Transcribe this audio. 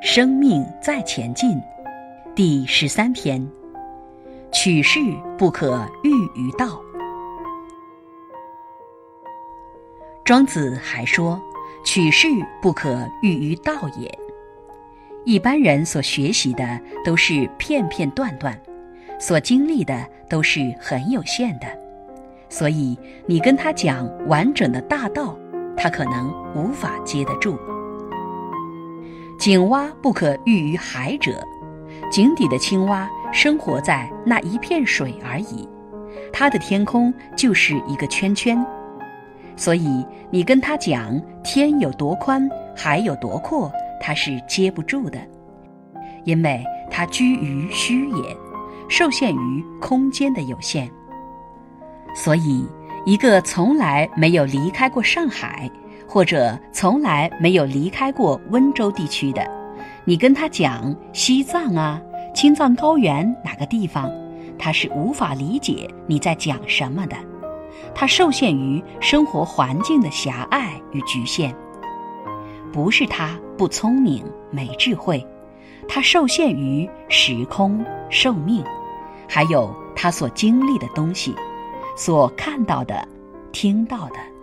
生命在前进第13篇，取士不可喻于道。庄子还说，取士不可喻于道也。一般人所学习的都是片片段段，所经历的都是很有限的，所以你跟他讲完整的大道，他可能无法接得住。井蛙不可喻于海者，井底的青蛙生活在那一片水而已，它的天空就是一个圈圈，所以你跟他讲天有多宽，海有多阔，他是接不住的，因为他居于虚也，受限于空间的有限。所以一个从来没有离开过上海，或者从来没有离开过温州地区的，你跟他讲西藏啊、青藏高原哪个地方，他是无法理解你在讲什么的，他受限于生活环境的狭隘与局限。不是他不聪明没智慧，他受限于时空寿命，还有他所经历的东西，所看到的听到的。